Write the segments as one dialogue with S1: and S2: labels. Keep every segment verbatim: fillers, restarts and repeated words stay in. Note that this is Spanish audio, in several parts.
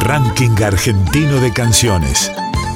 S1: Ranking argentino de canciones.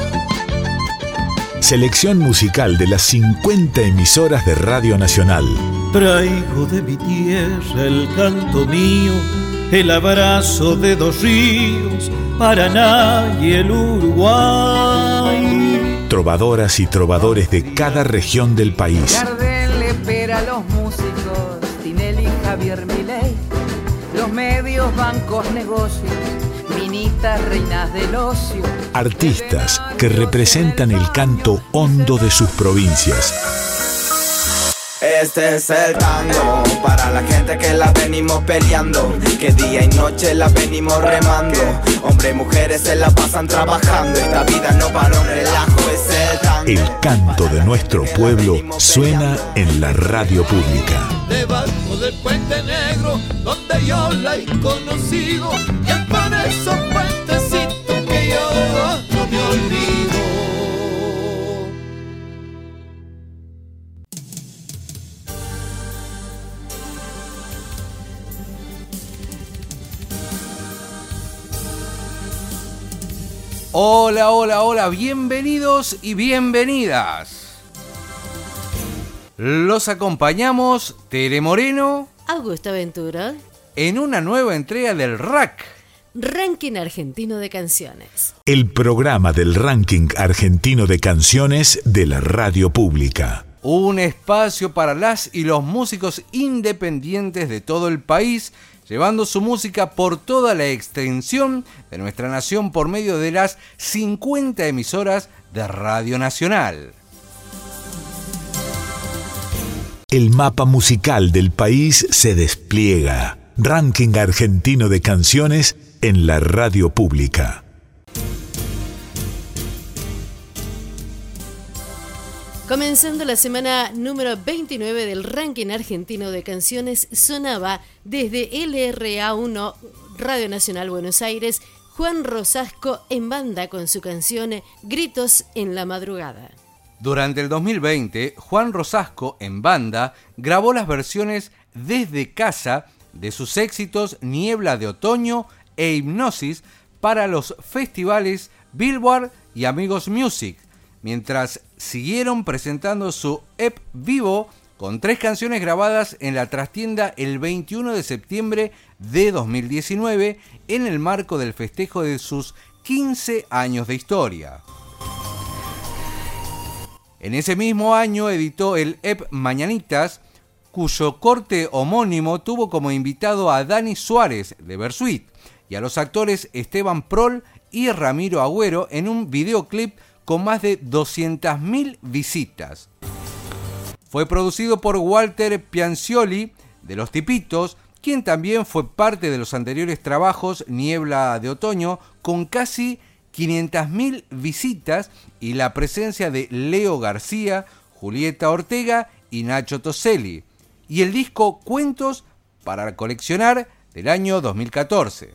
S1: Selección musical de las cincuenta emisoras de Radio Nacional.
S2: Traigo de mi tierra el canto mío, el abrazo de dos ríos, Paraná y el Uruguay.
S1: Trovadoras y trovadores de cada región del país.
S3: Gardel le espera a los músicos, Tinelli, Javier Milei, los medios, bancos, negocios, minitas, reinas del ocio.
S1: Artistas que representan el canto hondo de sus provincias.
S4: Este es el tango para la gente que la venimos peleando, que día y noche la venimos remando. Hombres y mujeres se la pasan trabajando. Esta vida no para un relajo, es el tango.
S1: El canto de nuestro pueblo suena en la radio pública.
S5: Debajo del puente negro, donde yo la he conocido, y es por esos puentecitos que yo no me olvido.
S6: Hola, hola, hola, bienvenidos y bienvenidas. Los acompañamos Tere Moreno,
S7: Augusto Ventura,
S6: en una nueva entrega del R A C,
S7: Ranking Argentino de Canciones.
S1: El programa del Ranking Argentino de Canciones de la radio pública.
S6: Un espacio para las y los músicos independientes de todo el país, llevando su música por toda la extensión de nuestra nación por medio de las cincuenta emisoras de Radio Nacional.
S1: El mapa musical del país se despliega. Ranking Argentino de Canciones en la radio pública.
S7: Comenzando la semana número veintinueve del Ranking Argentino de Canciones, sonaba desde L R A uno Radio Nacional Buenos Aires, Juan Rosasco en banda con su canción Gritos en la Madrugada.
S6: Durante el dos mil veinte, Juan Rosasco en banda grabó las versiones desde casa de sus éxitos Niebla de Otoño e Hipnosis para los festivales Billboard y Amigos Music, mientras siguieron presentando su E P vivo con tres canciones grabadas en la trastienda el veintiuno de septiembre de dos mil diecinueve en el marco del festejo de sus quince años de historia. En ese mismo año editó el E P Mañanitas, cuyo corte homónimo tuvo como invitado a Dani Suárez de Bersuit y a los actores Esteban Prol y Ramiro Agüero en un videoclip con más de doscientas mil visitas. Fue producido por Walter Piancioli de Los Tipitos, quien también fue parte de los anteriores trabajos Niebla de Otoño, con casi quinientas mil visitas y la presencia de Leo García, Julieta Ortega y Nacho Toselli, y el disco Cuentos para coleccionar del año dos mil catorce.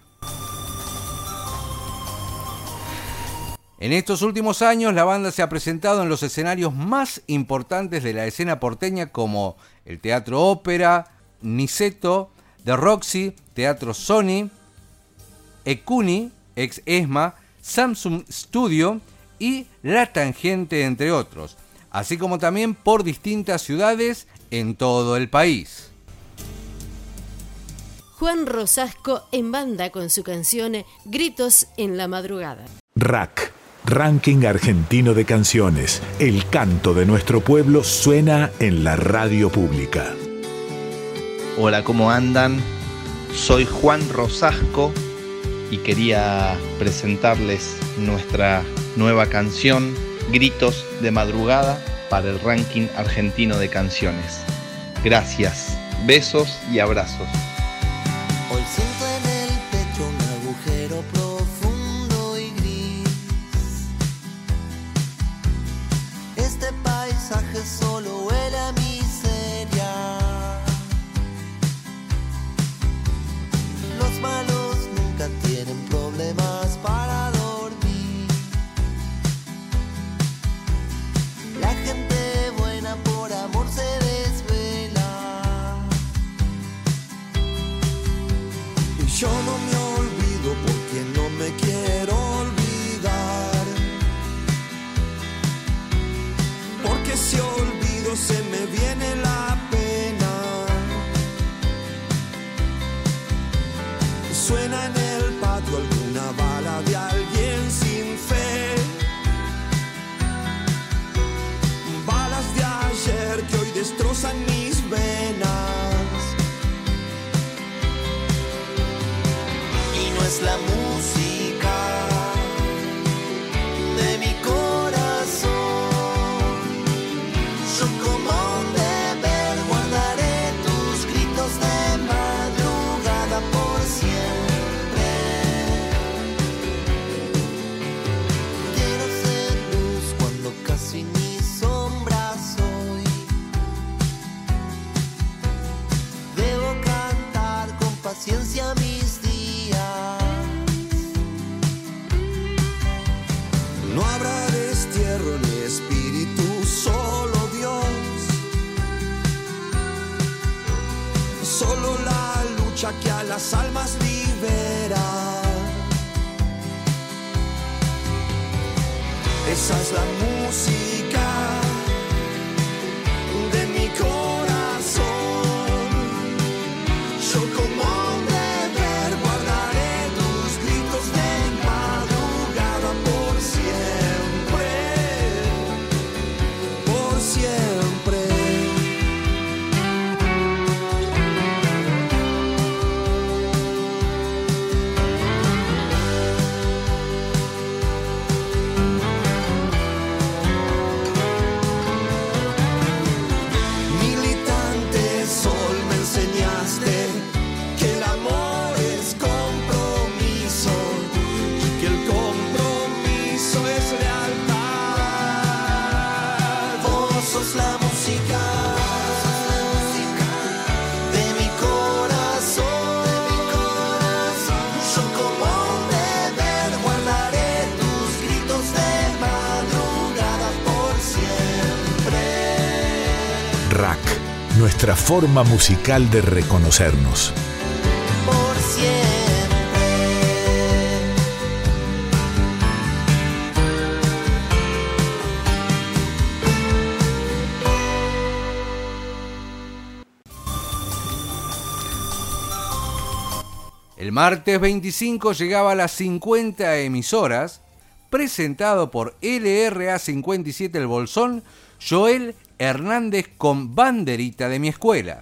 S6: En estos últimos años, la banda se ha presentado en los escenarios más importantes de la escena porteña como el Teatro Ópera, Niceto, The Roxy, Teatro Sony, Ecuni, ex ESMA, Samsung Studio y La Tangente, entre otros, así como también por distintas ciudades en todo el país.
S7: Juan Rosasco en banda con su canción Gritos en la Madrugada.
S1: R A C, Ranking Argentino de Canciones. El canto de nuestro pueblo suena en la radio pública.
S8: Hola, ¿cómo andan? Soy Juan Rosasco y quería presentarles nuestra nueva canción, Gritos de Madrugada, para el Ranking Argentino de Canciones. Gracias, besos y abrazos.
S9: Hoy siento en el pecho un agujero profundo y gris. Este paisaje solo huele a miseria. Los malos nunca tienen problemas para dormir. La gente buena por amor se desvela.
S10: me viene la pena. Suena en el patio alguna bala de alguien sin fe. Balas de ayer que hoy destrozan mis venas. Y no es la música de mi corazón. Yo como un deber guardaré tus gritos de madrugada por siempre. Quiero ser luz cuando casi ni sombra soy. Debo cantar con paciencia mis días. No habrá destierro ni espíritu, solo Dios. Solo la lucha que a las almas libera. Esa es la música de mi corazón. Yo como un deber guardaré tus gritos de madrugada por siempre, por siempre. Militante sol, me enseñaste que el amor es compromiso y que el compromiso es lealtad. Vos sos la música de mi corazón. Yo como un deber guardaré tus gritos de madrugada por siempre.
S1: R A C, nuestra forma musical de reconocernos.
S10: Por siempre.
S6: El martes veinticinco llegaba a las cincuenta emisoras, presentado por L R A cincuenta y siete El Bolsón, Joel Hernández con Banderita de mi escuela.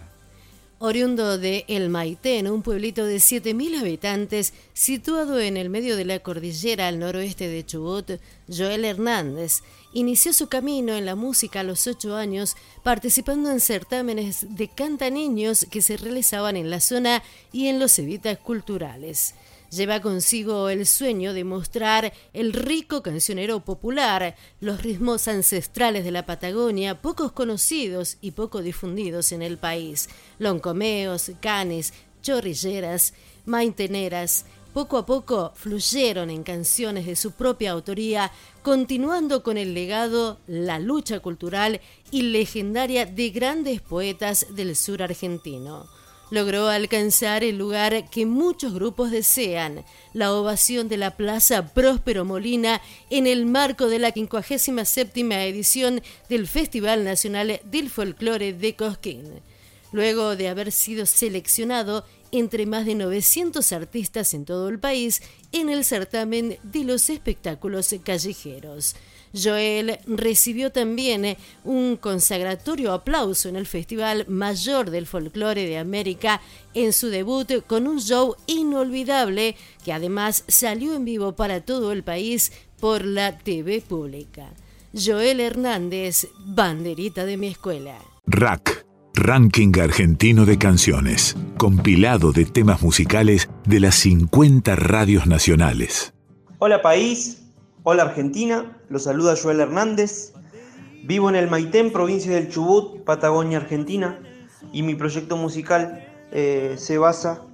S7: Oriundo de El Maitén, un pueblito de siete mil habitantes situado en el medio de la cordillera al noroeste de Chubut, Joel Hernández inició su camino en la música a los ocho años, participando en certámenes de cantaniños que se realizaban en la zona y en los eventos culturales. Lleva consigo el sueño de mostrar el rico cancionero popular, los ritmos ancestrales de la Patagonia, pocos conocidos y poco difundidos en el país, loncomeos, canes, chorrilleras, maiteneras. Poco a poco fluyeron en canciones de su propia autoría, continuando con el legado, la lucha cultural y legendaria de grandes poetas del sur argentino. Logró alcanzar el lugar que muchos grupos desean, la ovación de la Plaza Próspero Molina en el marco de la quincuagésima séptima edición del Festival Nacional del Folclore de Cosquín. Luego de haber sido seleccionado entre más de novecientos artistas en todo el país en el certamen de los espectáculos callejeros. Joel recibió también un consagratorio aplauso en el Festival Mayor del Folclore de América en su debut con un show inolvidable que además salió en vivo para todo el país por la T V pública. Joel Hernández, Banderita de mi escuela.
S1: R A C, Ranking Argentino de Canciones, compilado de temas musicales de las cincuenta radios nacionales.
S11: Hola país. Hola Argentina, los saluda Joel Hernández, vivo en el Maitén, provincia del Chubut, Patagonia, Argentina, y mi proyecto musical eh, se basa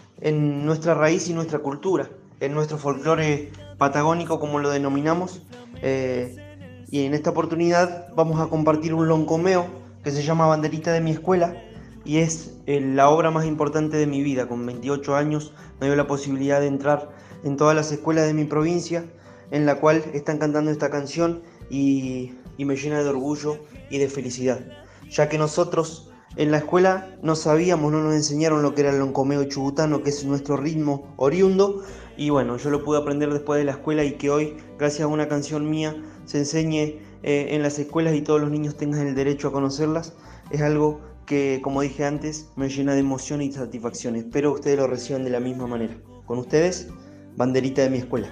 S11: en nuestra raíz y nuestra cultura, en nuestro folclore patagónico como lo denominamos, eh, y en esta oportunidad vamos a compartir un loncomeo que se llama Banderita de mi escuela y es eh, la obra más importante de mi vida. Con veintiocho años me dio la posibilidad de entrar en todas las escuelas de mi provincia en la cual están cantando esta canción y, y me llena de orgullo y de felicidad. ya que nosotros en la escuela no sabíamos, no nos enseñaron lo que era el loncomeo chubutano, que es nuestro ritmo oriundo, y bueno, yo lo pude aprender después de la escuela y que hoy, gracias a una canción mía, se enseñe eh, en las escuelas y todos los niños tengan el derecho a conocerlas, es algo que, como dije antes, me llena de emoción y satisfacción. Espero que ustedes lo reciban de la misma manera. Con ustedes, Banderita de mi escuela.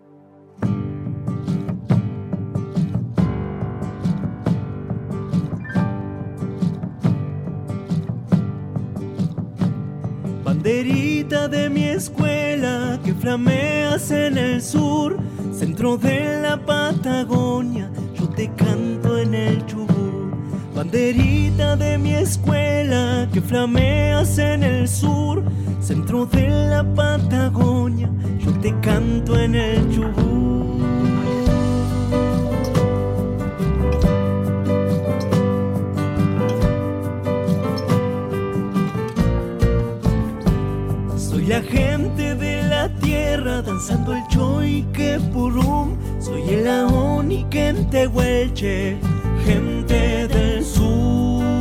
S2: Banderita de mi escuela que flameas en el sur, centro de la Patagonia, yo te canto en el Chubut. Banderita de mi escuela que flameas en el sur, centro de la Patagonia, yo te canto en el Chubut. Soy la gente de la tierra danzando el choiquepurum, soy el aoniquentehuelche, gente del sur.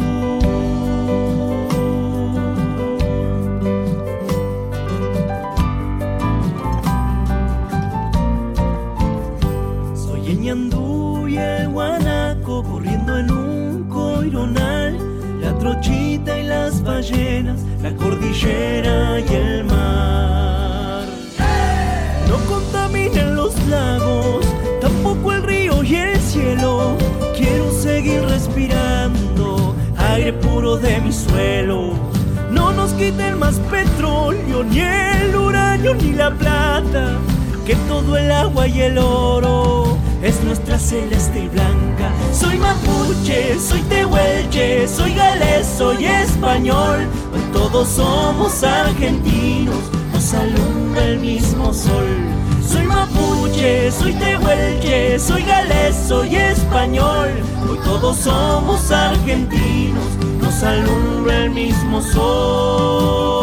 S2: Soy el ñandú y el guanaco corriendo en un coironal, la trochita y las ballenas, la cordillera y el mar. No contaminen los lagos, tampoco el río y el cielo. Quiero seguir respirando aire puro de mi suelo. No nos quiten más petróleo, ni el uranio ni la plata, que todo el agua y el oro es nuestra celeste y blanca. Soy mapuche, soy tehuelche, soy galés, soy español. Hoy todos somos argentinos, nos alumbra el mismo sol. Soy mapuche, soy tehuelche, soy galés, soy español. Hoy todos somos argentinos, nos alumbra el mismo sol.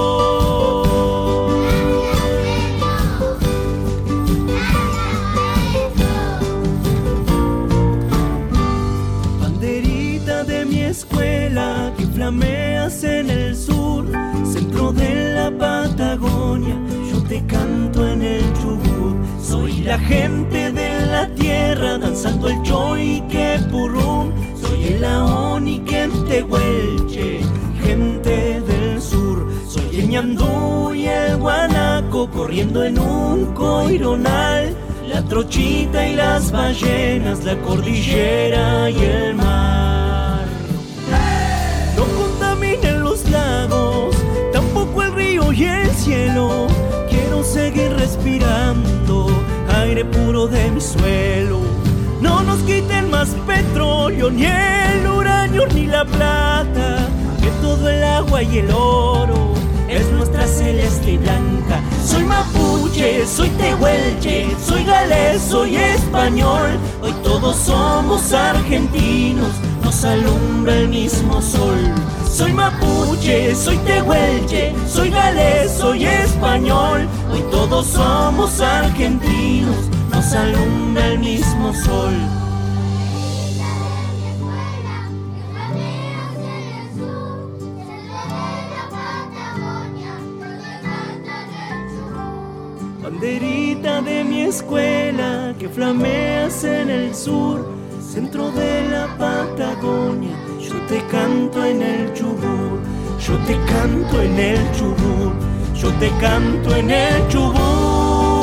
S2: Banderita de mi escuela que flameas en el sur, centro de la Patagonia, yo te canto en el Chubut. Soy la gente de la tierra danzando el choiquepurum, soy el aoniquentehuelche, gente del sur. Soy el ñandú y el guanaco corriendo en un coironal, la trochita y las ballenas, la cordillera y el mar. No contaminen los lagos, tampoco el río y el cielo. Quiero seguir respirando aire puro de mi suelo. No nos quiten más petróleo, ni el uranio ni la plata, que todo el agua y el oro es nuestra celeste y blanca. Soy mapuche, soy tehuelche, soy galés, soy español. Hoy todos somos argentinos, nos alumbra el mismo sol. Soy mapuche, soy tehuelche, soy galés, soy español. Hoy todos somos argentinos, nos alumbra el mismo sol. Banderita de mi escuela que flameas en el sur, centro de la Patagonia, yo te canto en el Chubut, yo te canto en el Chubut, yo te canto en el Chubut.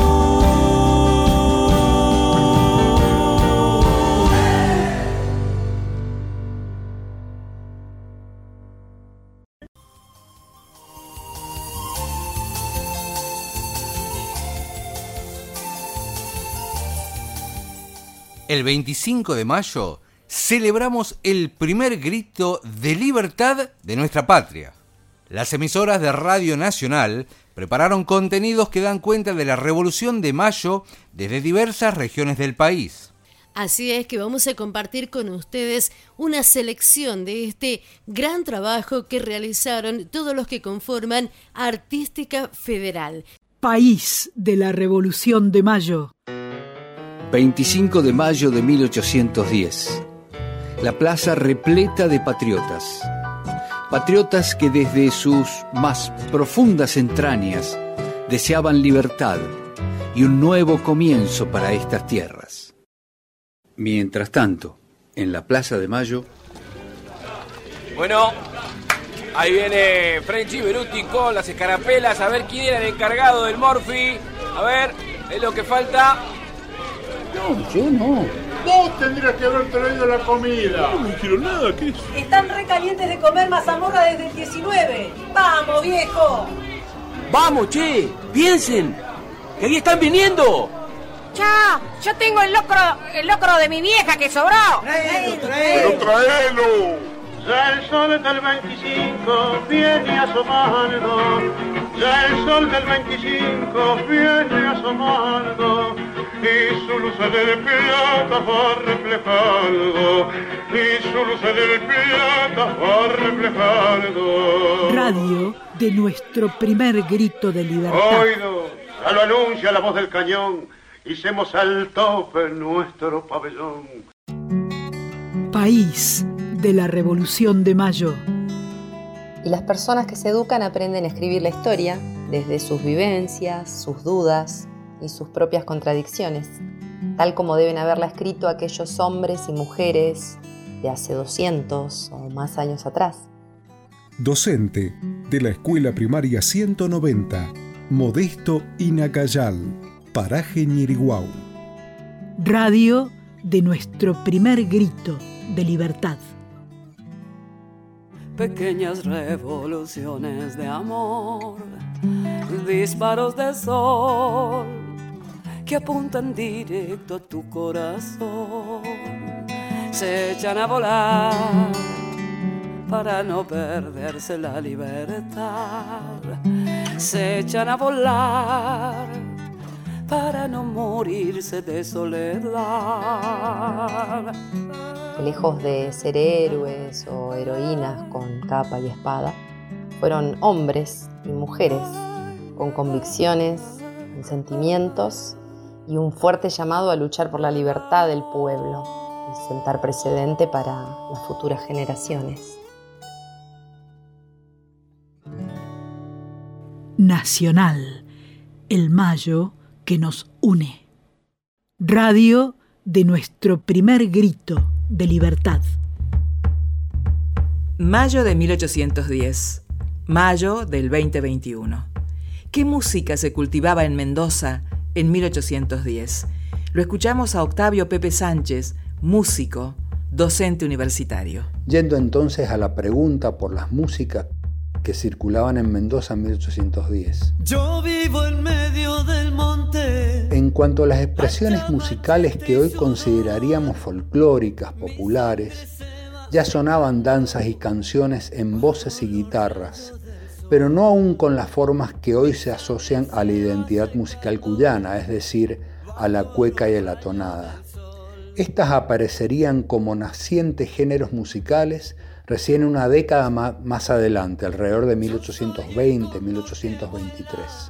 S6: El veinticinco de mayo celebramos el primer grito de libertad de nuestra patria. Las emisoras de Radio Nacional prepararon contenidos que dan cuenta de la Revolución de Mayo desde diversas regiones del país.
S7: Así es que vamos a compartir con ustedes una selección de este gran trabajo que realizaron todos los que conforman Artística Federal.
S12: País de la Revolución de Mayo.
S13: veinticinco de mayo de mil ochocientos diez. La plaza repleta de patriotas. Patriotas que desde sus más profundas entrañas deseaban libertad y un nuevo comienzo para estas tierras. Mientras tanto, en la Plaza de Mayo...
S14: Bueno, ahí viene Frenchy Beruti con las escarapelas. A ver quién era el encargado del Morphy. A ver, es lo que falta.
S15: No, yo no. Vos tendrías que haber traído la comida.
S16: No me dijeron nada, ¿qué es?
S17: Están re calientes de comer mazamorra desde el diecinueve. ¡Vamos, viejo!
S14: ¡Vamos, che! ¡Piensen! ¡Que ahí están viniendo!
S18: ¡Ya! ¡Yo tengo el locro, el locro de mi vieja que sobró!
S15: ¡Traelo, traelo! ¡Pero traelo!
S19: Ya el sol del veinticinco viene asomando, ya el sol del veinticinco viene asomando, y su luz del plata va reflejando, y su luz del plata va reflejando.
S12: Radio de nuestro primer grito de libertad.
S19: Oído, ya lo anuncia la voz del cañón, hicimos al tope nuestro pabellón.
S12: País de la Revolución de Mayo.
S20: Y las personas que se educan aprenden a escribir la historia desde sus vivencias, sus dudas y sus propias contradicciones, tal como deben haberla escrito aquellos hombres y mujeres de hace doscientos o más años atrás.
S21: Docente de la Escuela Primaria ciento noventa, Modesto Inacayal, Paraje Ñiriguau.
S12: Radio de nuestro primer grito de libertad.
S22: Pequeñas revoluciones de amor, disparos de sol que apuntan directo a tu corazón, se echan a volar para no perderse la libertad, se echan a volar para no morirse de soledad.
S20: Lejos de ser héroes o heroínas con capa y espada, fueron hombres y mujeres con convicciones, con sentimientos y un fuerte llamado a luchar por la libertad del pueblo y sentar precedente para las futuras generaciones.
S12: Nacional, el Mayo que nos une. Radio de nuestro primer grito de libertad.
S23: Mayo de mil ochocientos diez. Mayo del veinte veintiuno. ¿Qué música se cultivaba en Mendoza en mil ochocientos diez? Lo escuchamos a Octavio Pepe Sánchez, músico, docente universitario.
S24: Yendo entonces a la pregunta por las músicas que circulaban en Mendoza en mil ochocientos diez.
S2: Yo vivo en medio del monte.
S24: En cuanto a las expresiones musicales que hoy consideraríamos folclóricas, populares, ya sonaban danzas y canciones en voces y guitarras, pero no aún con las formas que hoy se asocian a la identidad musical cuyana, es decir, a la cueca y a la tonada. Estas aparecerían como nacientes géneros musicales recién una década más adelante, alrededor de mil ochocientos veinte, mil ochocientos veintitrés.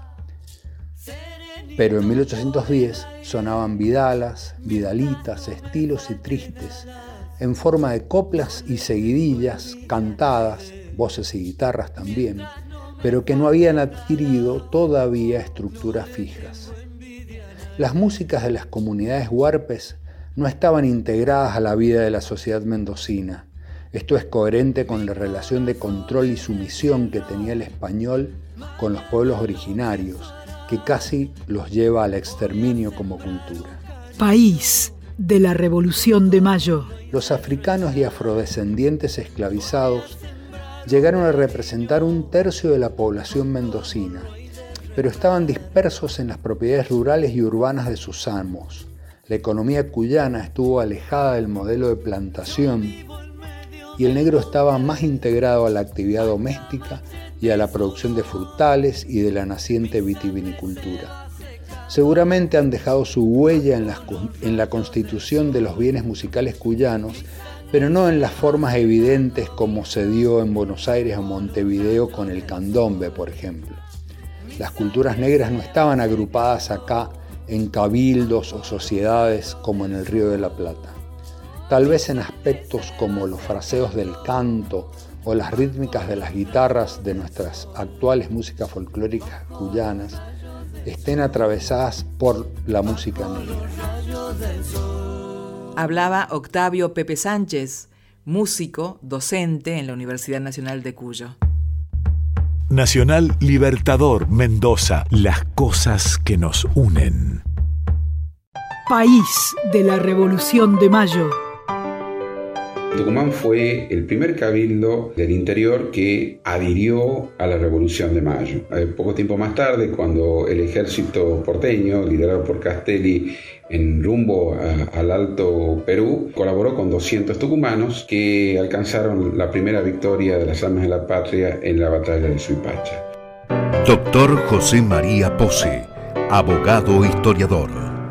S24: Pero en mil ochocientos diez sonaban vidalas, vidalitas, estilos y tristes, en forma de coplas y seguidillas, cantadas, voces y guitarras también, pero que no habían adquirido todavía estructuras fijas. Las músicas de las comunidades huarpes no estaban integradas a la vida de la sociedad mendocina. Esto es coherente con la relación de control y sumisión que tenía el español con los pueblos originarios, que casi los lleva al exterminio como cultura.
S12: País de la Revolución de Mayo.
S24: Los africanos y afrodescendientes esclavizados llegaron a representar un tercio de la población mendocina, pero estaban dispersos en las propiedades rurales y urbanas de sus amos. La economía cuyana estuvo alejada del modelo de plantación y el negro estaba más integrado a la actividad doméstica y a la producción de frutales y de la naciente vitivinicultura. Seguramente han dejado su huella en la, en la constitución de los bienes musicales cuyanos, pero no en las formas evidentes como se dio en Buenos Aires o Montevideo con el candombe, por ejemplo. Las culturas negras no estaban agrupadas acá en cabildos o sociedades como en el Río de la Plata. Tal vez en aspectos como los fraseos del canto o las rítmicas de las guitarras de nuestras actuales músicas folclóricas cuyanas estén atravesadas por la música negra.
S23: Hablaba Octavio Pepe Sánchez, músico, docente en la Universidad Nacional de Cuyo.
S1: Nacional Libertador Mendoza, las cosas que nos unen.
S12: País de la Revolución de Mayo.
S3: Tucumán fue el primer cabildo del interior que adhirió a la Revolución de Mayo. Poco tiempo más tarde, cuando el ejército porteño, liderado por Castelli, en rumbo a, al Alto Perú, colaboró con doscientos tucumanos que alcanzaron la primera victoria de las armas de la patria en la batalla de Suipacha.
S1: Doctor José María Pose, abogado historiador.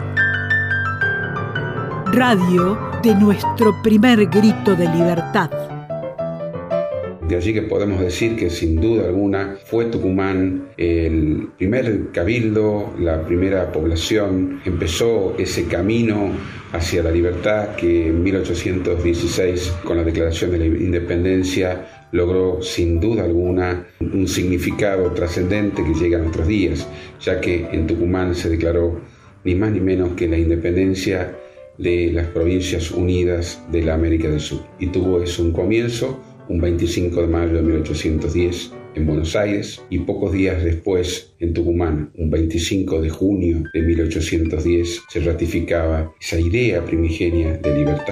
S12: Radio de nuestro primer grito de libertad.
S3: De allí que podemos decir que sin duda alguna fue Tucumán el primer cabildo, la primera población, empezó ese camino hacia la libertad que en mil ochocientos dieciséis, con la declaración de la independencia, logró sin duda alguna un significado trascendente que llega a nuestros días, ya que en Tucumán se declaró ni más ni menos que la independencia de las Provincias Unidas de la América del Sur. Y tuvo eso un comienzo, un veinticinco de mayo de mil ochocientos diez en Buenos Aires, y pocos días después en Tucumán, un veinticinco de junio de mil ochocientos diez, se ratificaba esa idea primigenia de libertad.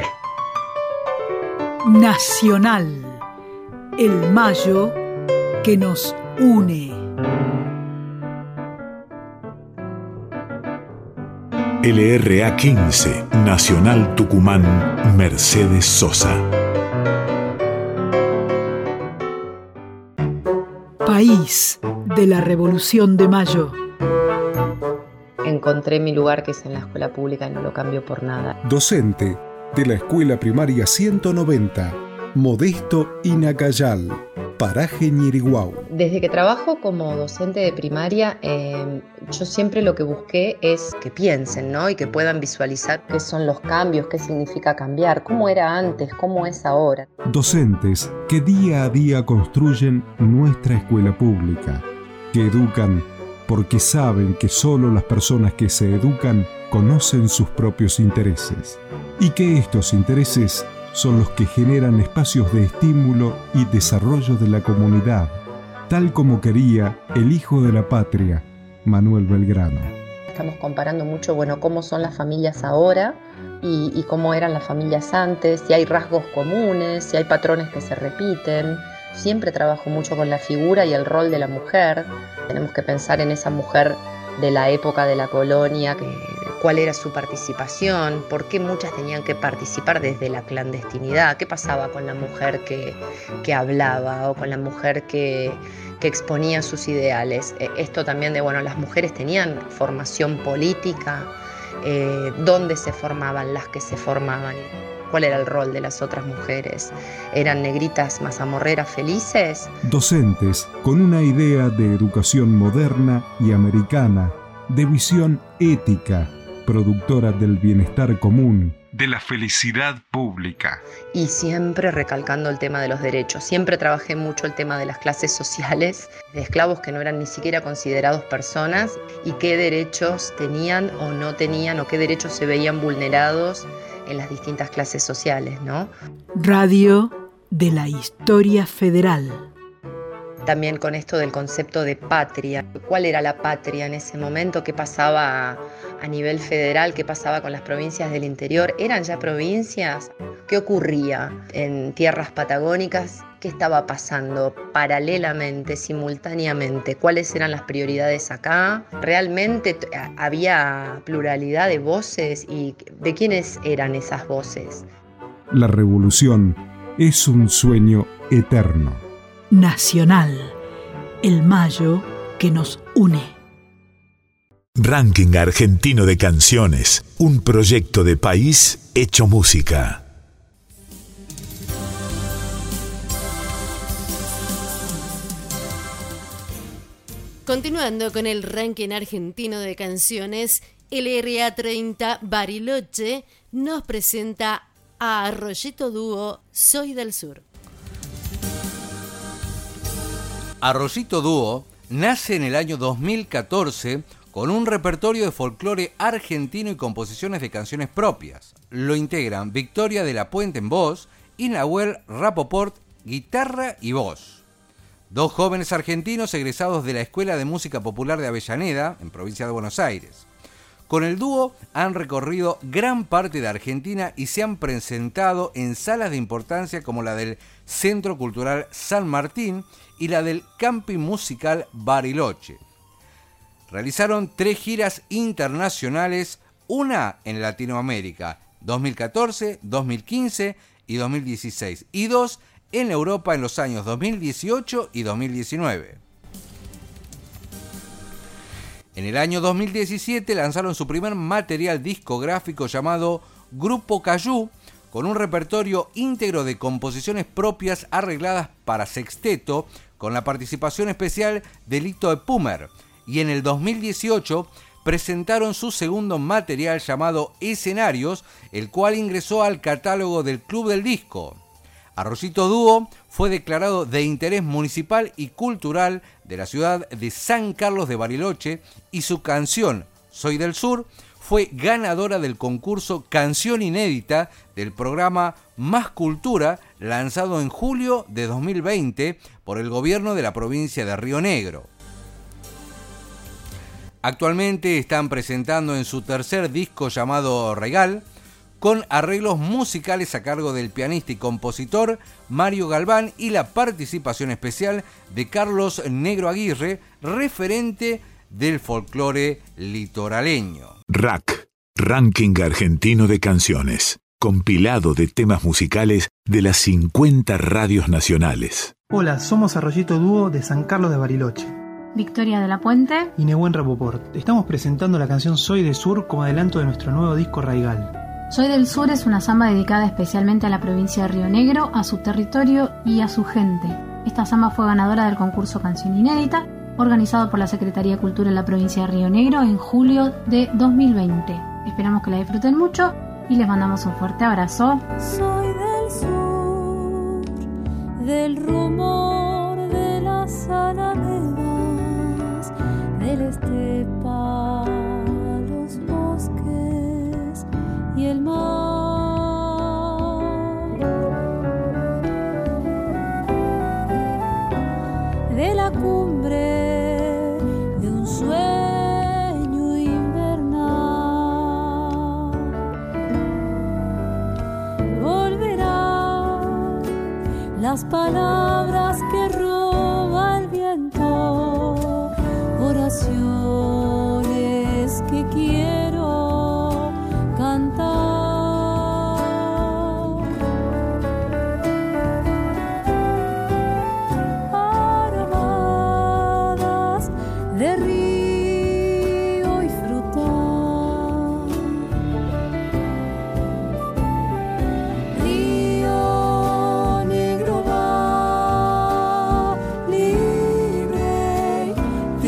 S12: Nacional, el mayo que nos une.
S1: L R A quince, Nacional Tucumán, Mercedes Sosa.
S12: País de la Revolución de Mayo.
S20: Encontré mi lugar, que es en la escuela pública, y no lo cambio por nada.
S21: Docente de la Escuela Primaria ciento noventa, Modesto Inacayal, paraje Ñiriguau.
S20: Desde que trabajo como docente de primaria, eh, yo siempre lo que busqué es que piensen, ¿no? Y que puedan visualizar qué son los cambios, qué significa cambiar, cómo era antes, cómo es ahora.
S21: Docentes que día a día construyen nuestra escuela pública, que educan porque saben que solo las personas que se educan conocen sus propios intereses, y que estos intereses son los que generan espacios de estímulo y desarrollo de la comunidad, tal como quería el hijo de la patria, Manuel Belgrano.
S20: Estamos comparando mucho, bueno, cómo son las familias ahora y, y cómo eran las familias antes, si hay rasgos comunes, si hay patrones que se repiten. Siempre trabajo mucho con la figura y el rol de la mujer. Tenemos que pensar en esa mujer de la época de la colonia, que, cuál era su participación, por qué muchas tenían que participar desde la clandestinidad, qué pasaba con la mujer que, que hablaba o con la mujer que, que exponía sus ideales. Esto también de, bueno, las mujeres tenían formación política, eh, dónde se formaban las que se formaban, cuál era el rol de las otras mujeres. ¿Eran negritas mazamorreras felices?
S21: Docentes con una idea de educación moderna y americana, de visión ética, productora del bienestar común, de la felicidad pública.
S20: Y siempre recalcando el tema de los derechos. Siempre trabajé mucho el tema de las clases sociales, de esclavos que no eran ni siquiera considerados personas, y qué derechos tenían o no tenían, o qué derechos se veían vulnerados en las distintas clases sociales, ¿no?
S12: Radio de la Historia Federal.
S20: También con esto del concepto de patria. ¿Cuál era la patria en ese momento? ¿Qué pasaba a nivel federal? ¿Qué pasaba con las provincias del interior? ¿Eran ya provincias? ¿Qué ocurría en tierras patagónicas? ¿Qué estaba pasando paralelamente, simultáneamente? ¿Cuáles eran las prioridades acá? ¿Realmente había pluralidad de voces? ¿Y de quiénes eran esas voces?
S21: La revolución es un sueño eterno.
S12: Nacional, el mayo que nos une.
S1: Ranking Argentino de Canciones, un proyecto de país hecho música.
S7: Continuando con el ranking argentino de canciones, L R A treinta Bariloche nos presenta a Arroyito Dúo, Soy del Sur.
S6: Arroyito Dúo nace en el año dos mil catorce con un repertorio de folclore argentino y composiciones de canciones propias. Lo integran Victoria de la Puente en voz y Nahuel Rapoport, guitarra y voz. Dos jóvenes argentinos egresados de la Escuela de Música Popular de Avellaneda, en provincia de Buenos Aires. Con el dúo han recorrido gran parte de Argentina y se han presentado en salas de importancia como la del Centro Cultural San Martín y la del Camping Musical Bariloche. Realizaron tres giras internacionales, una en Latinoamérica, dos mil catorce, dos mil quince y dos mil dieciséis, y dos en Europa en los años dos mil dieciocho y dos mil diecinueve. En el año dos mil diecisiete lanzaron su primer material discográfico llamado Grupo Cayú, con un repertorio íntegro de composiciones propias arregladas para sexteto, con la participación especial de Lito Epumer. Y en el dos mil dieciocho presentaron su segundo material llamado Escenarios, el cual ingresó al catálogo del Club del Disco. Arroyito Dúo fue declarado de interés municipal y cultural de la ciudad de San Carlos de Bariloche y su canción Soy del Sur fue ganadora del concurso Canción Inédita del programa Más Cultura, lanzado en julio de dos mil veinte por el gobierno de la provincia de Río Negro. Actualmente están presentando en su tercer disco llamado Regal, con arreglos musicales a cargo del pianista y compositor Mario Galván y la participación especial de Carlos Negro Aguirre, referente del folclore litoraleño.
S1: Rack, Ranking Argentino de Canciones, compilado de temas musicales de las cincuenta radios nacionales.
S4: Hola, somos Arroyito Dúo de San Carlos de Bariloche.
S5: Victoria de la Puente
S4: y Nehuen Rapoport. Estamos presentando la canción Soy del Sur como adelanto de nuestro nuevo disco Raigal.
S5: Soy del Sur es una samba dedicada especialmente a la provincia de Río Negro, a su territorio y a su gente. Esta samba fue ganadora del concurso Canción Inédita, organizado por la Secretaría de Cultura en la provincia de Río Negro en julio de dos mil veinte. Esperamos que la disfruten mucho y les mandamos un fuerte abrazo.
S8: Soy del sur, del rumor de las alamedas, del estepa, los bosques y el mar. De la cumbre de un sueño invernal volverán las palabras que roba el viento, oraciones que quiero cantar. De río y frutal, Río Negro va libre,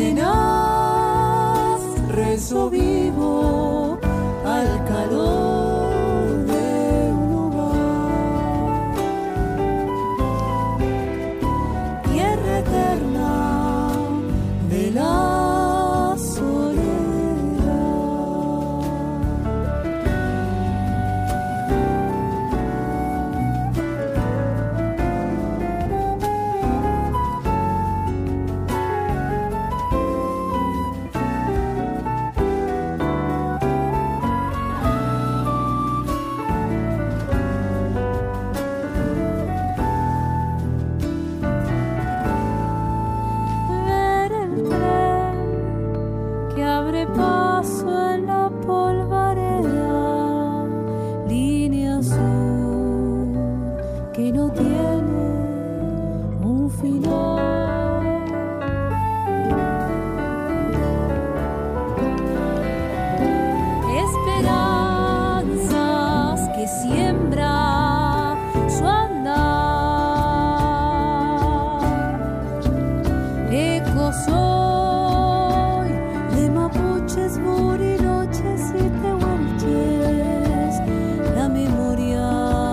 S8: tenaz, rezo vivo al calor de un hogar, tierra eterna de la paso en la polvareda, línea azul que no tiene un final. Esperanzas que siembra su andar, eco soy de Bariloches y Tehuelches, la memoria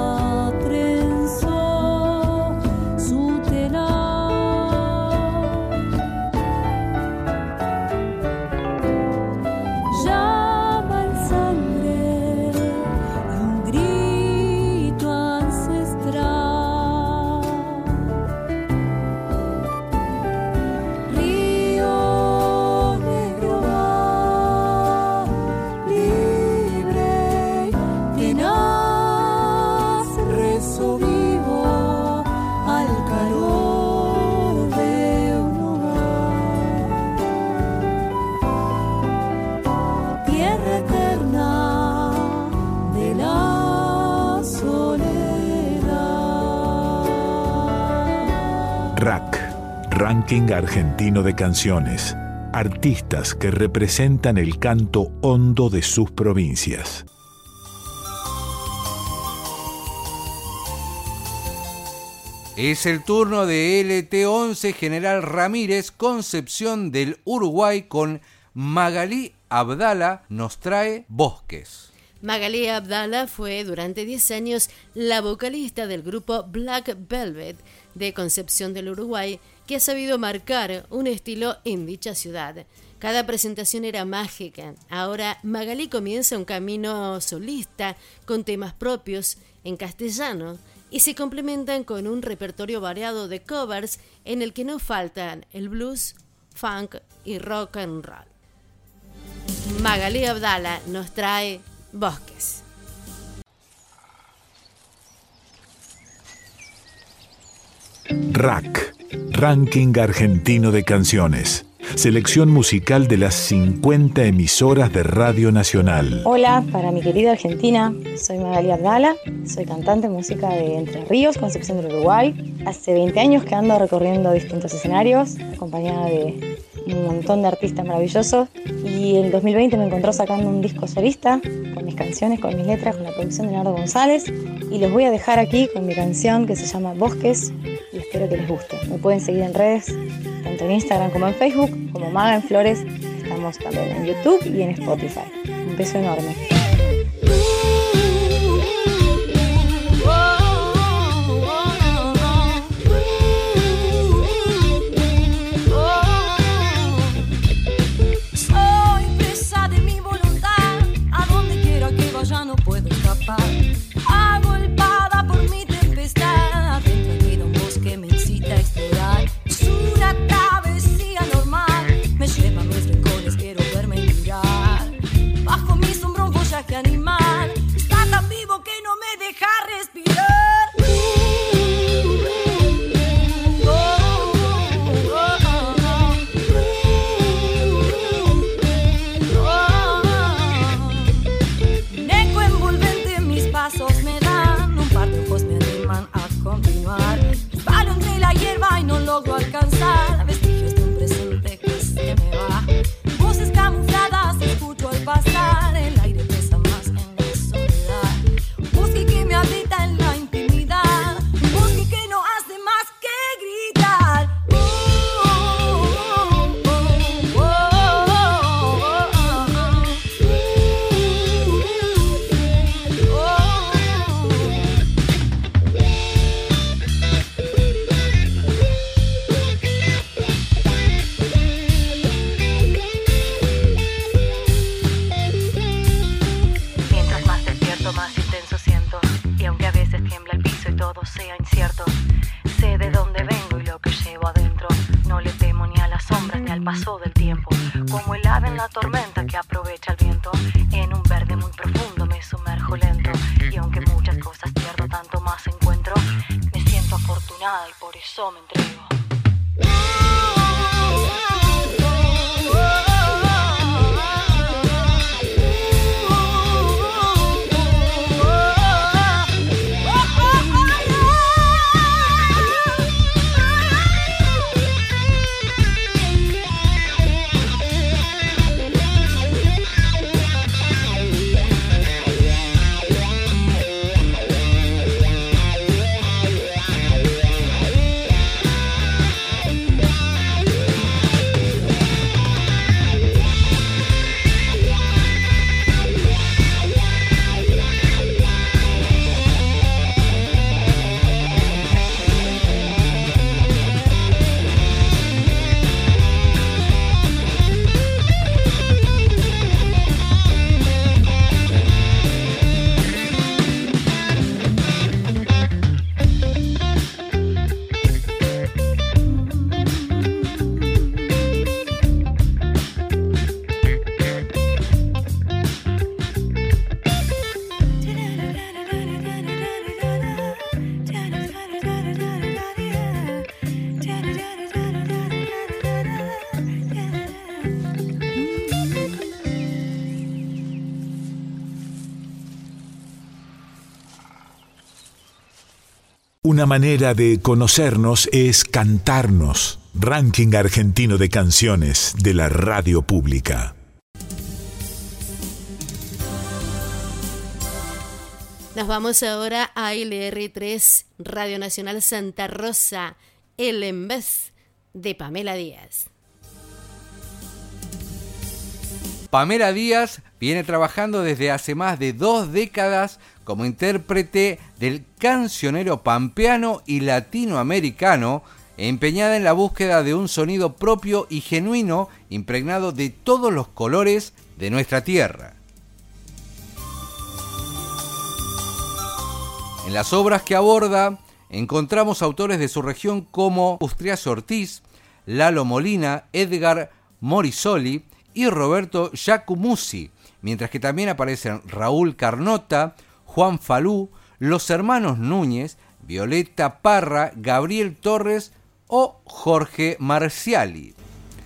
S1: Ranking argentino de canciones. Artistas que representan el canto hondo de sus provincias.
S6: Es el turno de L T once General Ramírez, Concepción del Uruguay, con Magalí Abdala nos trae Bosques.
S7: Magalí Abdala fue durante diez años la vocalista del grupo Black Velvet de Concepción del Uruguay, que ha sabido marcar un estilo en dicha ciudad. Cada presentación era mágica. Ahora Magalí comienza un camino solista con temas propios en castellano y se complementan con un repertorio variado de covers en el que no faltan el blues, funk y rock and roll. Magalí Abdala nos trae Bosques.
S1: Rack, Ranking argentino de canciones. Selección musical de las cincuenta emisoras de Radio Nacional.
S9: Hola, para mi querida Argentina, soy Magalí Abdala, soy cantante de música de Entre Ríos, Concepción del Uruguay. Hace veinte años que ando recorriendo distintos escenarios, acompañada de un montón de artistas maravillosos, y en dos mil veinte me encontró sacando un disco solista con mis canciones, con mis letras, con la producción de Nardo González, y los voy a dejar aquí con mi canción que se llama Bosques y espero que les guste. Me pueden seguir en redes, tanto en Instagram como en Facebook, como Maga en Flores. Estamos también en YouTube y en Spotify. Un beso enorme.
S8: Ya no puedo escapar, agolpada por mi tempestad. Dentro de un bosque me incita a explorar. Es una travesía normal, me lleva a mis rincones, quiero verme y mirar. Bajo mi sombra un follaje animal, está tan vivo que no me deja respirar. Me dan un par de ojos, me animan a continuar. Paro entre la hierba y no logro alcanzar vestigios de un presente que se me va. Voces camufladas escucho al pasar, el aire pesa más en la soledad. Un bosque que me habita en la intimidad, un bosque que no hace más que gritar.
S10: Sea incierto, sé de dónde vengo y lo que llevo adentro. No le temo ni a las sombras ni al paso del tiempo. Como el ave en la tormenta que aprovecha el viento. En un verde muy profundo me sumerjo lento. Y aunque muchas cosas pierdo, tanto más encuentro. Me siento afortunada y por eso me entrego.
S1: Una manera de conocernos es cantarnos. Ranking argentino de canciones de la radio pública.
S7: Nos vamos ahora a L R tres, Radio Nacional Santa Rosa, El Embés, de Pamela Díaz.
S6: Pamela Díaz viene trabajando desde hace más de dos décadas como intérprete del cancionero pampeano y latinoamericano, empeñada en la búsqueda de un sonido propio y genuino, impregnado de todos los colores de nuestra tierra. En las obras que aborda encontramos autores de su región como Ustriace Ortiz, Lalo Molina, Edgar Morisoli y Roberto Giacomuzzi, mientras que también aparecen Raúl Carnota, Juan Falú, los hermanos Núñez, Violeta Parra, Gabriel Torres o Jorge Marciali.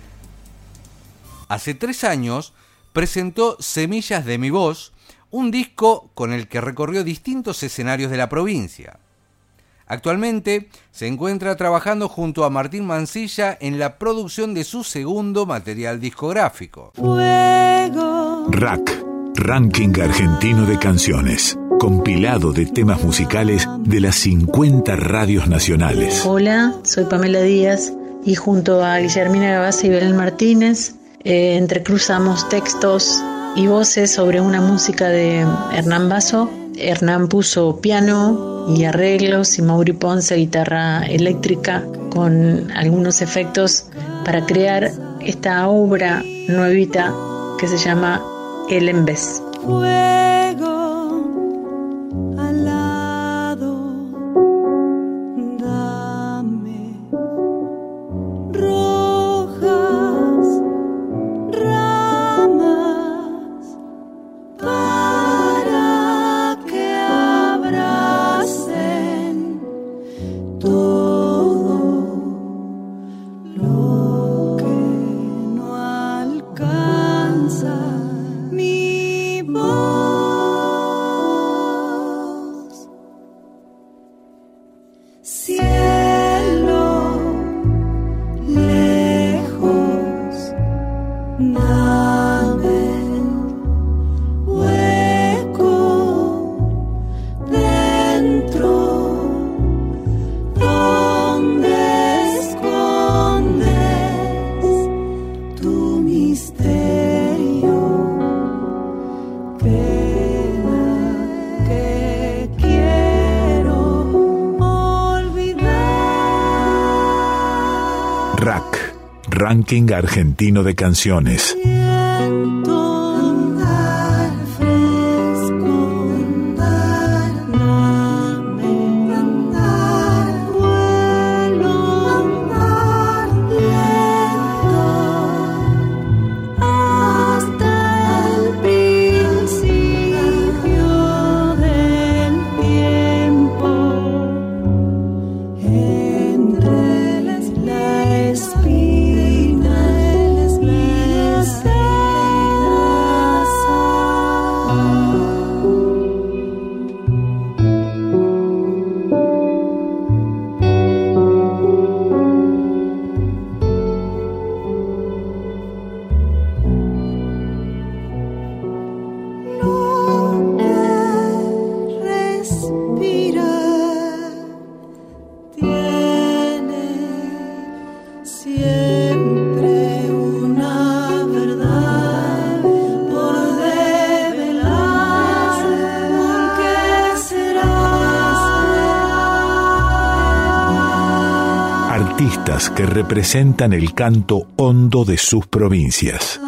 S6: Hace tres años presentó Semillas de mi voz, un disco con el que recorrió distintos escenarios de la provincia. Actualmente se encuentra trabajando junto a Martín Mancilla en la producción de su segundo material discográfico.
S1: R A C, Ranking Argentino de Canciones, compilado de temas musicales de las cincuenta radios nacionales.
S11: Hola, soy Pamela Díaz y junto a Guillermina Gavazza y Belén Martínez eh, entrecruzamos textos y voces sobre una música de Hernán Basso. Hernán puso piano y arreglos y Mauri Ponce guitarra eléctrica con algunos efectos para crear esta obra nuevita que se llama El Embés.
S2: Fuego al lado, dame rojas ramas para que abracen todo lo que no alcanza mi voz. Cielo lejos, dame hueco dentro donde escondes tu misterio. Pena que quiero olvidar.
S1: R A C, Ranking Argentino de Canciones.
S2: Andar fresco, andar, dame andar, vuelo, andar lento hasta el principio del tiempo, entre la espina y las lo que respira tiene siempre una verdad por develar. ¿Qué será?
S1: Artistas que representan el canto hondo de sus provincias.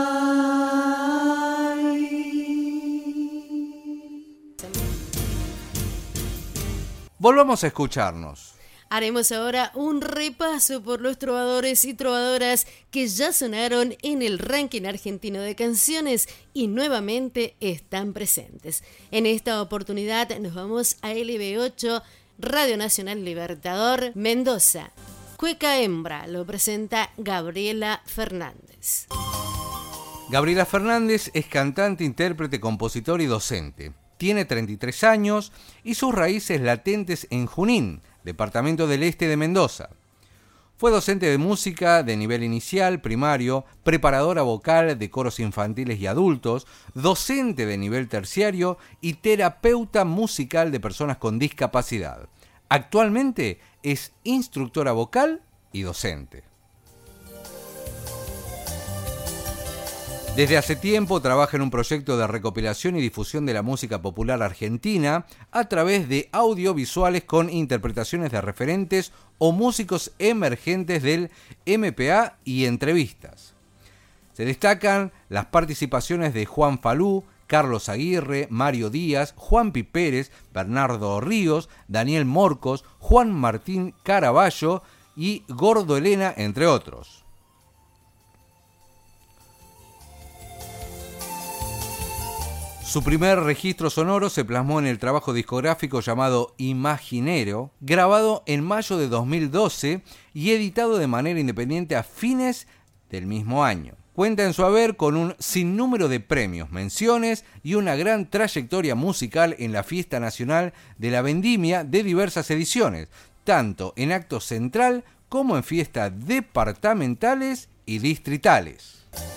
S6: Volvamos a escucharnos.
S7: Haremos ahora un repaso por los trovadores y trovadoras que ya sonaron en el ranking argentino de canciones y nuevamente están presentes. En esta oportunidad nos vamos a L B ocho, Radio Nacional Libertador, Mendoza. Cueca Hembra lo presenta Gabriela Fernández.
S6: Gabriela Fernández es cantante, intérprete, compositor y docente. Tiene treinta y tres años y sus raíces latentes en Junín, departamento del este de Mendoza. Fue docente de música de nivel inicial, primario, preparadora vocal de coros infantiles y adultos, docente de nivel terciario y terapeuta musical de personas con discapacidad. Actualmente es instructora vocal y docente. Desde hace tiempo trabaja en un proyecto de recopilación y difusión de la música popular argentina a través de audiovisuales con interpretaciones de referentes o músicos emergentes del M P A y entrevistas. Se destacan las participaciones de Juan Falú, Carlos Aguirre, Mario Díaz, Juan Pi Pérez, Bernardo Ríos, Daniel Morcos, Juan Martín Caraballo y Gordo Elena, entre otros. Su primer registro sonoro se plasmó en el trabajo discográfico llamado Imaginero, grabado en mayo de dos mil doce y editado de manera independiente a fines del mismo año. Cuenta en su haber con un sinnúmero de premios, menciones y una gran trayectoria musical en la Fiesta Nacional de la Vendimia de diversas ediciones, tanto en acto central como en fiestas departamentales y distritales.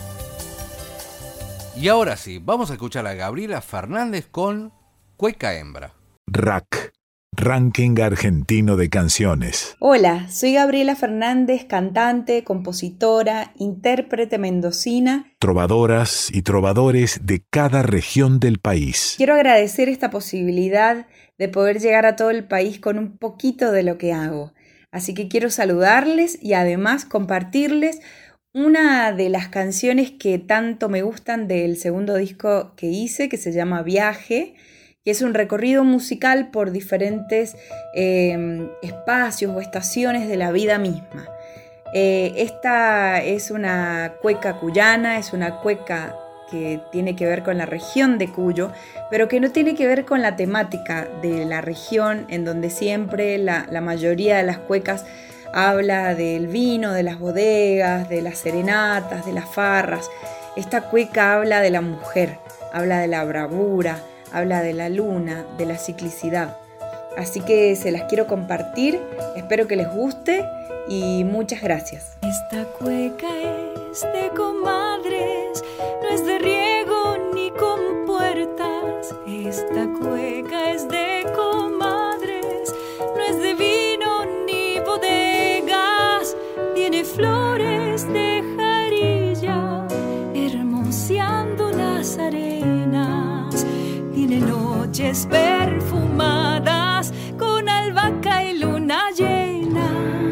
S6: Y ahora sí, vamos a escuchar a Gabriela Fernández con Cueca Hembra.
S1: Rack, Ranking Argentino de Canciones.
S13: Hola, soy Gabriela Fernández, cantante, compositora, intérprete mendocina.
S1: Trovadoras y trovadores de cada región del país.
S13: Quiero agradecer esta posibilidad de poder llegar a todo el país con un poquito de lo que hago. Así que quiero saludarles y además compartirles una de las canciones que tanto me gustan del segundo disco que hice, que se llama Viaje, que es un recorrido musical por diferentes eh, espacios o estaciones de la vida misma. Eh, esta es una cueca cuyana, es una cueca que tiene que ver con la región de Cuyo, pero que no tiene que ver con la temática de la región, en donde siempre la, la mayoría de las cuecas habla del vino, de las bodegas, de las serenatas, de las farras. Esta cueca habla de la mujer, habla de la bravura, habla de la luna, de la ciclicidad. Así que se las quiero compartir, espero que les guste y muchas gracias.
S8: Esta cueca es de comadres, no es de riego ni compuertas. Esta cueca es de comadres, no es de vino ni bodegas. Tiene flores de jarilla, hermoseando las arenas. Tiene noches perfumadas con albahaca y luna llena.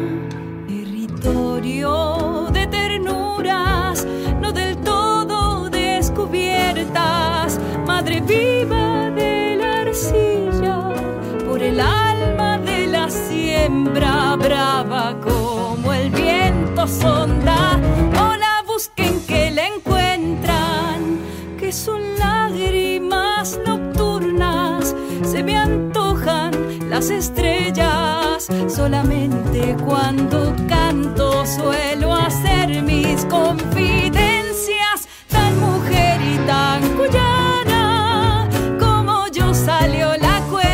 S8: Territorio de ternuras, no del todo descubiertas. Madre viva de la arcilla, por el alma de la siembra. Brava como el viento sonda, o la busquen que la encuentran, que son lágrimas nocturnas. Se me antojan las estrellas, solamente cuando canto suelo hacer mis confidencias. Tan mujer y tan cuyana, como yo salió la cueca.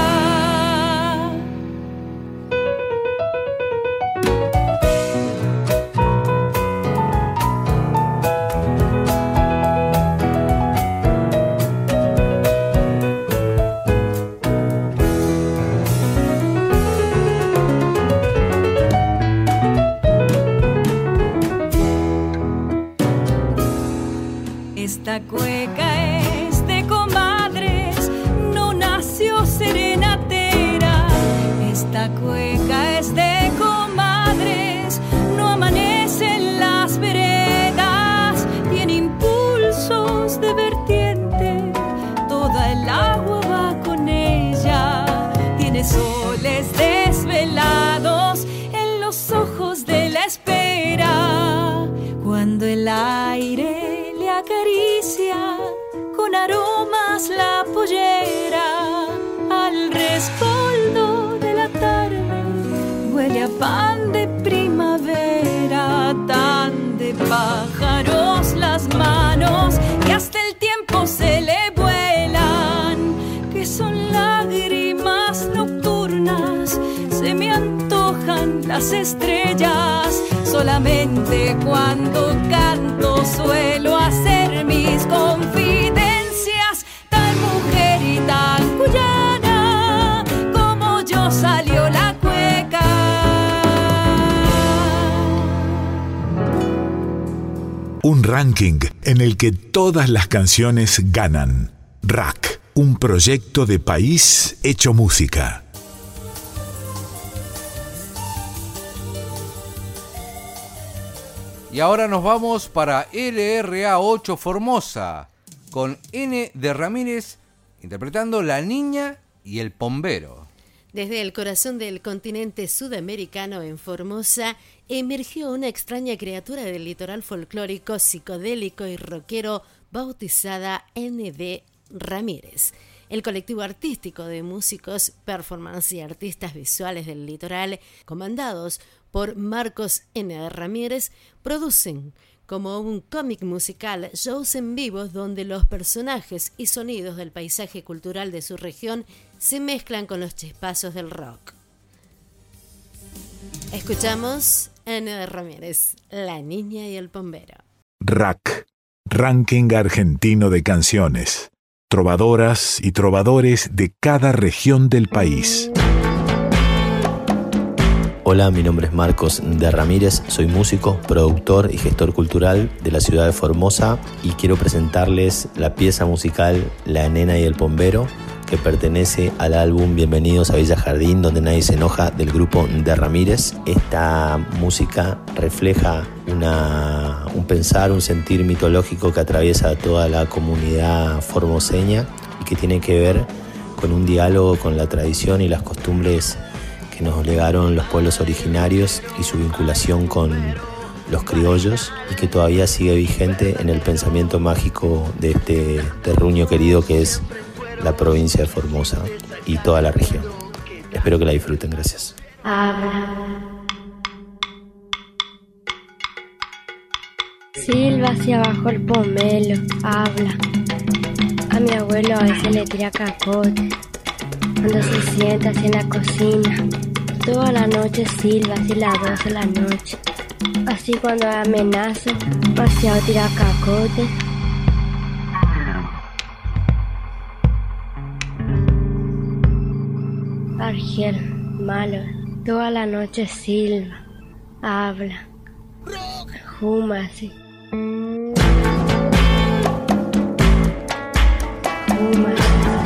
S8: Esta cueca es de comadres, no nació serenatera. Esta cueca es de comadres, no amanece en las veredas. Tiene impulsos de vertiente, toda el agua va con ella. Tiene soles desvelados en los ojos de la espera. Cuando el aire acaricia con aromas la pollera, al rescoldo de la tarde huele a pan de primavera. Tan de pájaros las manos que hasta el tiempo se le vuelan, que son lágrimas nocturnas. Se me antojan las estrellas, solamente cuando canto suelo hacer mis confidencias. Tan mujer y tan cuyana, como yo salió la cueca.
S1: Un ranking en el que todas las canciones ganan. Rack, un proyecto de país hecho música.
S6: Y ahora nos vamos para L R A ocho Formosa, con N de Ramírez interpretando La Niña y el Pombero.
S7: Desde el corazón del continente sudamericano, en Formosa, emergió una extraña criatura del litoral folclórico, psicodélico y rockero bautizada N D Ramírez. El colectivo artístico de músicos, performance y artistas visuales del litoral, comandados por Marcos N D Ramírez, producen como un cómic musical shows en vivos donde los personajes y sonidos del paisaje cultural de su región se mezclan con los chispazos del rock. Escuchamos a N D Ramírez, La Niña y el Pombero.
S1: Rack, ranking argentino de canciones. Trovadoras y trovadores de cada región del país.
S14: Hola, mi nombre es Marcos de Ramírez, soy músico, productor y gestor cultural de la ciudad de Formosa y quiero presentarles la pieza musical La Nena y el Pombero, que pertenece al álbum Bienvenidos a Villa Jardín, donde nadie se enoja, del grupo de Ramírez. Esta música refleja una, un pensar, un sentir mitológico que atraviesa toda la comunidad formoseña y que tiene que ver con un diálogo con la tradición y las costumbres que nos legaron los pueblos originarios y su vinculación con los criollos, y que todavía sigue vigente en el pensamiento mágico de este terruño querido que es la provincia de Formosa y toda la región. Espero que la disfruten, gracias.
S16: Habla. Silba hacia abajo el pomelo, habla. A mi abuelo a veces le tira cacote cuando se sienta así en la cocina. Toda la noche silba así las doce de la noche. Así cuando amenazo, demasiado tira cacote. Argel, malo, toda la noche silba, habla, juma así. Juma así.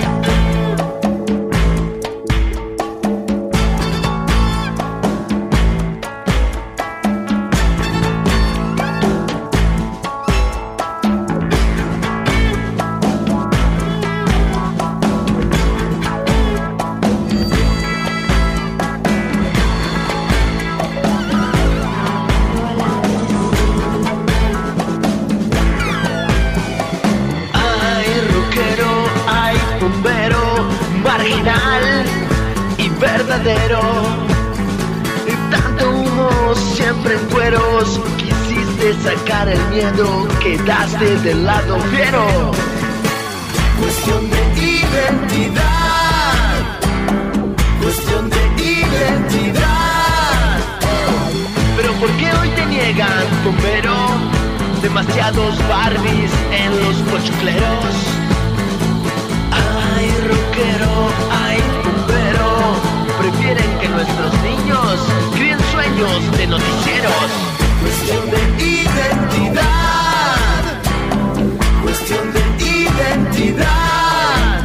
S17: Verdadero, tanto humo siempre en cueros, quisiste sacar el miedo, quedaste del lado fiero. Cuestión de identidad, cuestión de identidad. Pero ¿por qué hoy te niegan, bombero? Demasiados Barbies en los pochocleros. Ay, rockero, ay, bombero, prefieren que nuestros niños críen sueños de noticieros. Cuestión de identidad, cuestión de identidad.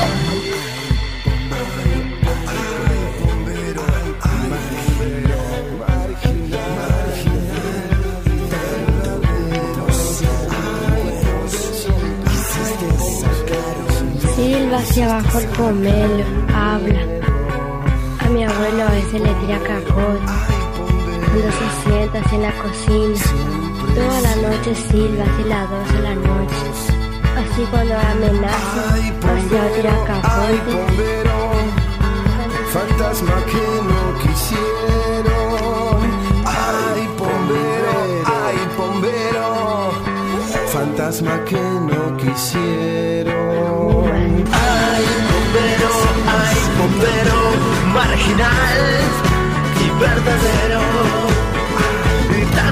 S16: Silba hacia abajo el pomelo, habla. A mi abuelo a veces le tira cacote cuando se sienta así en la cocina. Toda la noche silba así las doce de la noche. Así cuando amenaza, demasiado tira cacote.
S17: Fantasma que no quisieron. Ay, bombero, ay, bombero. Fantasma que no quisieron. Ay, bombero, ay, bombero, marginal y verdadero.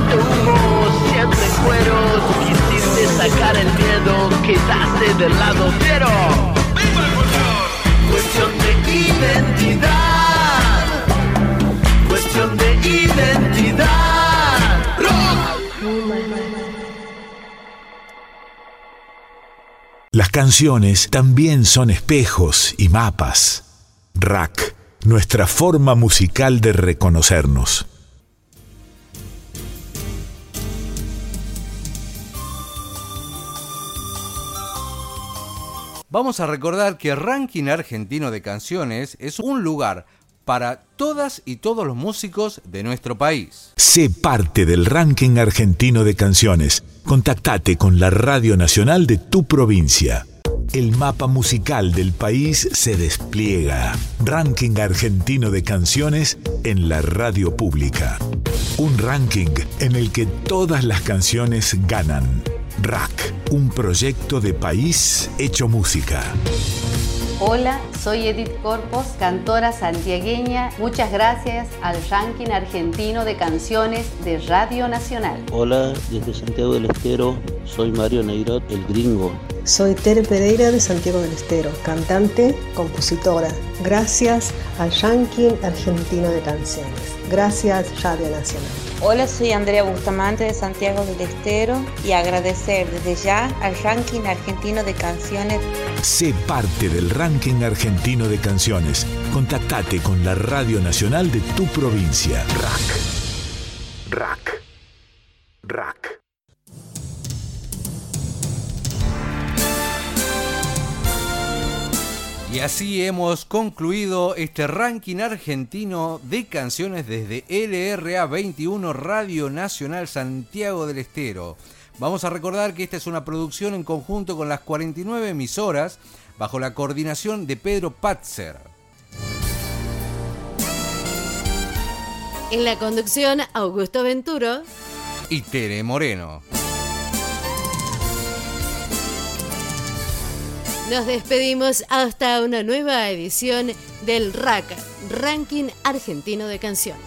S17: del lado fiero. ¡Viva el folclore! Cuestión de identidad. Cuestión de identidad. ¡Rock!
S1: Las canciones también son espejos y mapas. R A C, nuestra forma musical de reconocernos.
S6: Vamos a recordar que Ranking Argentino de Canciones es un lugar para todas y todos los músicos de nuestro país.
S1: Sé parte del Ranking Argentino de Canciones. Contactate con la Radio Nacional de tu provincia. El mapa musical del país se despliega. Ranking Argentino de Canciones en la radio pública. Un ranking en el que todas las canciones ganan. R A C, un proyecto de país hecho música.
S15: Hola, soy Edith Corpos, cantora santiagueña. Muchas gracias al Ranking Argentino de Canciones de Radio Nacional.
S18: Hola, desde Santiago del Estero, soy Mario Neirot, el gringo.
S19: Soy Tere Pereira de Santiago del Estero, cantante, compositora. Gracias al Ranking Argentino de Canciones. Gracias, Radio Nacional.
S22: Hola, soy Andrea Bustamante de Santiago del Estero y agradecer desde ya al Ranking Argentino de Canciones.
S1: Sé parte del Ranking Argentino de Canciones. Contactate con la Radio Nacional de tu provincia. R A C. R A C. R A C.
S6: Y así hemos concluido este ranking argentino de canciones desde L R A veintiuno Radio Nacional Santiago del Estero. Vamos a recordar que esta es una producción en conjunto con las cuarenta y nueve emisoras bajo la coordinación de Pedro Patzer.
S7: En la conducción, Augusto Venturo
S6: y Tere Moreno.
S7: Nos despedimos hasta una nueva edición del R A C, Ranking Argentino de Canciones.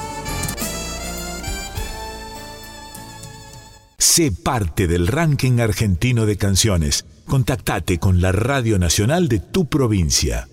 S1: Sé parte del Ranking Argentino de Canciones. Contactate con la Radio Nacional de tu provincia.